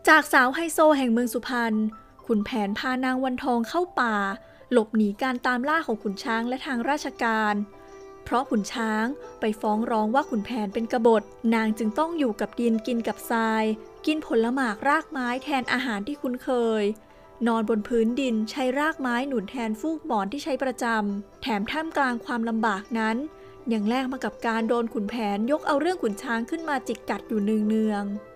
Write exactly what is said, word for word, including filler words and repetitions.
จากสาวไฮโซแห่งเมืองสุพรรณขุนแผนพานางวันทองเข้าป่าหลบหนีการตามล่าของขุนช้างและทางราชการเพราะขุนช้างไปฟ้องร้องว่าขุนแผนเป็นกบฏนางจึงต้องอยู่กับดินกินกับทรายกินผลหมากรากไม้แทนอาหารที่คุ้นเคยนอนบนพื้นดินใช้รากไม้หนุนแทนฟูกหมอนที่ใช้ประจำแถมท่ามกลางความลำบากนั้นยังแลกมากับการโดนขุนแผนยกเอาเรื่องขุนช้างขึ้นมาจิกกัดอยู่เนืองๆ